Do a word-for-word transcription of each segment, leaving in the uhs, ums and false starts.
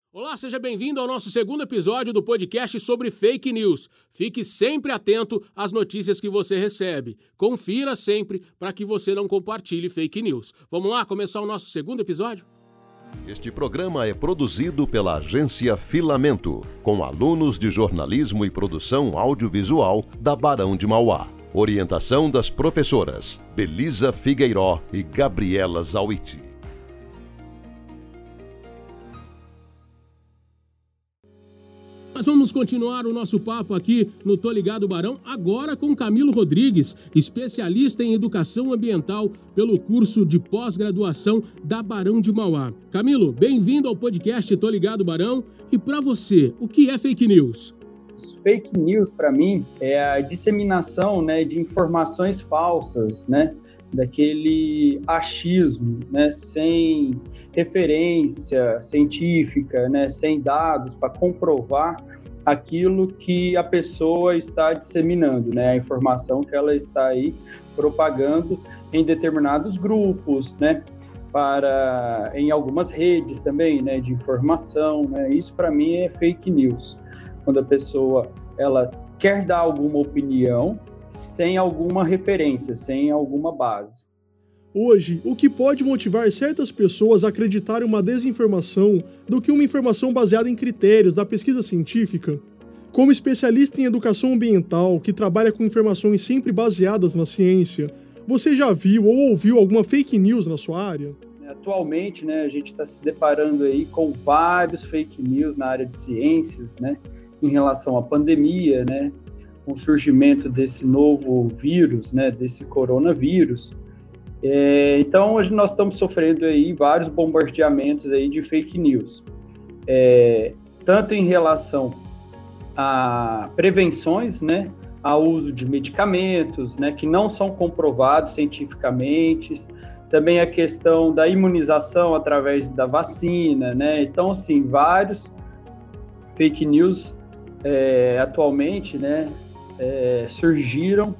Olá, seja bem-vindo ao nosso segundo episódio do podcast sobre fake news. Fique sempre atento às notícias que você recebe. Confira sempre para que você não compartilhe fake news. Vamos lá começar o nosso segundo episódio? Este programa é produzido pela agência Filamento, com alunos de jornalismo e produção audiovisual da Barão de Mauá. Orientação das professoras Belisa Figueiró e Gabriela Zawiti. Nós vamos continuar o nosso papo aqui no Tô Ligado Barão, agora com Camilo Rodrigues, especialista em educação ambiental pelo curso de pós-graduação da Barão de Mauá. Camilo, bem-vindo ao podcast Tô Ligado Barão. E para você, o que é fake news? Fake news, para mim, é a disseminação, né, de informações falsas, né, daquele achismo, né, sem referência científica, né, sem dados para comprovar aquilo que a pessoa está disseminando, né, a informação que ela está aí propagando em determinados grupos, né, para em algumas redes também, né, de informação, né, isso para mim é fake news, quando a pessoa ela quer dar alguma opinião sem alguma referência, sem alguma base. Hoje, o que pode motivar certas pessoas a acreditarem uma desinformação do que uma informação baseada em critérios da pesquisa científica? Como especialista em educação ambiental, que trabalha com informações sempre baseadas na ciência, você já viu ou ouviu alguma fake news na sua área? Atualmente, né, a gente está se deparando aí com vários fake news na área de ciências, né, em relação à pandemia, né, com o surgimento desse novo vírus, né, desse coronavírus. É, então, hoje nós estamos sofrendo aí vários bombardeamentos aí de fake news, é, tanto em relação a prevenções, né, ao uso de medicamentos, né, que não são comprovados cientificamente, também a questão da imunização através da vacina, né, então, assim, vários fake news é, atualmente, né, é, surgiram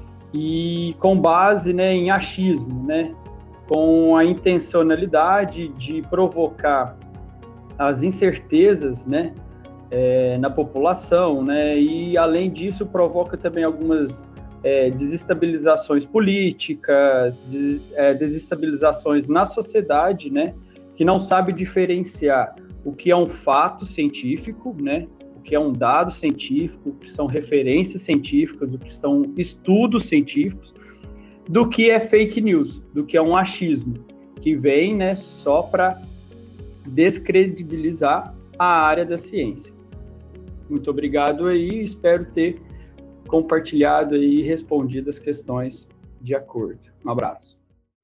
e com base, né, em achismo, né, com a intencionalidade de provocar as incertezas, né, é, na população, né, e além disso provoca também algumas é, desestabilizações políticas, des, é, desestabilizações na sociedade, né, que não sabe diferenciar o que é um fato científico, né, o que é um dado científico, o que são referências científicas, o que são estudos científicos, do que é fake news, do que é um achismo, que vem, né, só para descredibilizar a área da ciência. Muito obrigado aí, espero ter compartilhado aí e respondido as questões de acordo. Um abraço.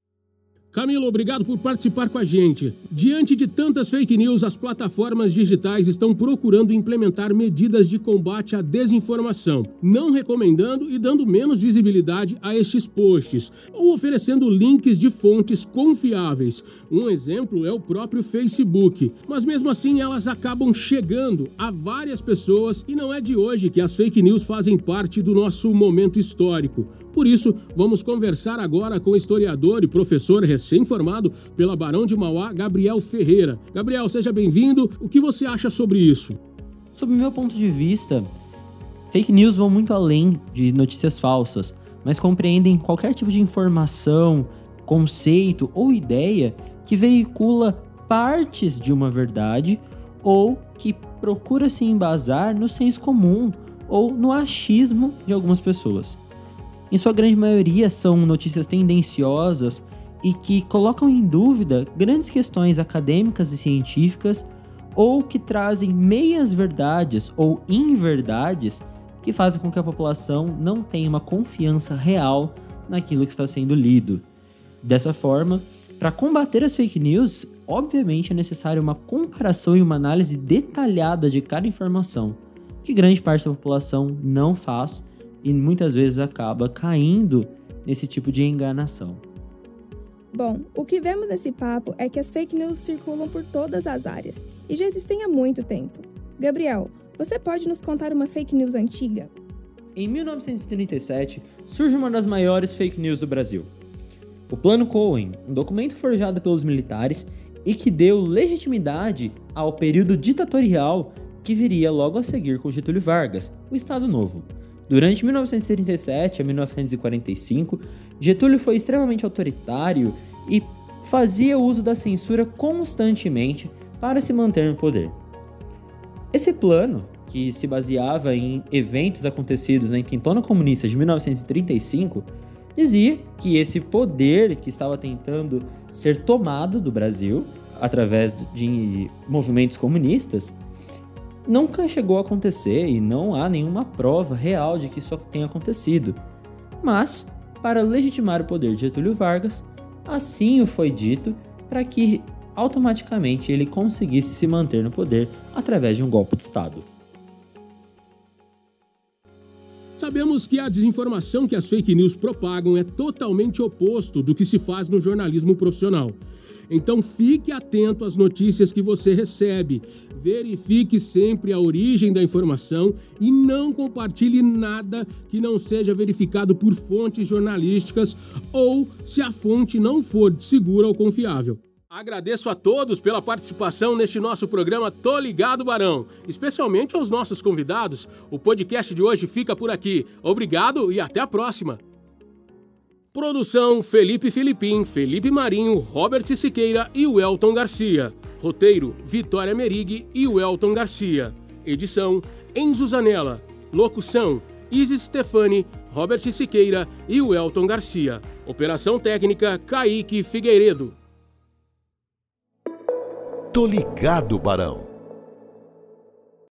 Camilo, obrigado por participar com a gente. Diante de tantas fake news, as plataformas digitais estão procurando implementar medidas de combate à desinformação, não recomendando e dando menos visibilidade a estes posts, ou oferecendo links de fontes confiáveis. Um exemplo é o próprio Facebook. Mas mesmo assim, elas acabam chegando a várias pessoas e não é de hoje que as fake news fazem parte do nosso momento histórico. Por isso, vamos conversar agora com o historiador e professor recém-formado pela Barão de Mauá, Gabriel Ferreira. Gabriel, seja bem-vindo. O que você acha sobre isso? Sob o meu ponto de vista, fake news vão muito além de notícias falsas, mas compreendem qualquer tipo de informação, conceito ou ideia que veicula partes de uma verdade ou que procura se embasar no senso comum ou no achismo de algumas pessoas. Em sua grande maioria, são notícias tendenciosas e que colocam em dúvida grandes questões acadêmicas e científicas ou que trazem meias-verdades ou inverdades que fazem com que a população não tenha uma confiança real naquilo que está sendo lido. Dessa forma, para combater as fake news, obviamente é necessário uma comparação e uma análise detalhada de cada informação, que grande parte da população não faz e muitas vezes acaba caindo nesse tipo de enganação. Bom, o que vemos nesse papo é que as fake news circulam por todas as áreas e já existem há muito tempo. Gabriel, você pode nos contar uma fake news antiga? Em mil novecentos e trinta e sete, surge uma das maiores fake news do Brasil. O Plano Cohen, um documento forjado pelos militares e que deu legitimidade ao período ditatorial que viria logo a seguir com Getúlio Vargas, o Estado Novo. Durante mil novecentos e trinta e sete a mil novecentos e quarenta e cinco, Getúlio foi extremamente autoritário e fazia uso da censura constantemente para se manter no poder. Esse plano, que se baseava em eventos acontecidos na Intentona Comunista de mil novecentos e trinta e cinco, dizia que esse poder que estava tentando ser tomado do Brasil através de movimentos comunistas nunca chegou a acontecer e não há nenhuma prova real de que isso tenha acontecido. Mas, para legitimar o poder de Getúlio Vargas, assim o foi dito para que automaticamente ele conseguisse se manter no poder através de um golpe de Estado. Sabemos que a desinformação que as fake news propagam é totalmente oposto do que se faz no jornalismo profissional. Então fique atento às notícias que você recebe, verifique sempre a origem da informação e não compartilhe nada que não seja verificado por fontes jornalísticas ou se a fonte não for segura ou confiável. Agradeço a todos pela participação neste nosso programa Tô Ligado Barão, especialmente aos nossos convidados. O podcast de hoje fica por aqui. Obrigado e até a próxima! Produção Felipe Filipim, Felipe Marinho, Robert Siqueira e Welton Garcia. Roteiro Vitória Merig e Welton Garcia. Edição Enzo Zanella. Locução Isis Stefani, Robert Siqueira e Welton Garcia. Operação técnica Kaique Figueiredo. Tô Ligado Barão.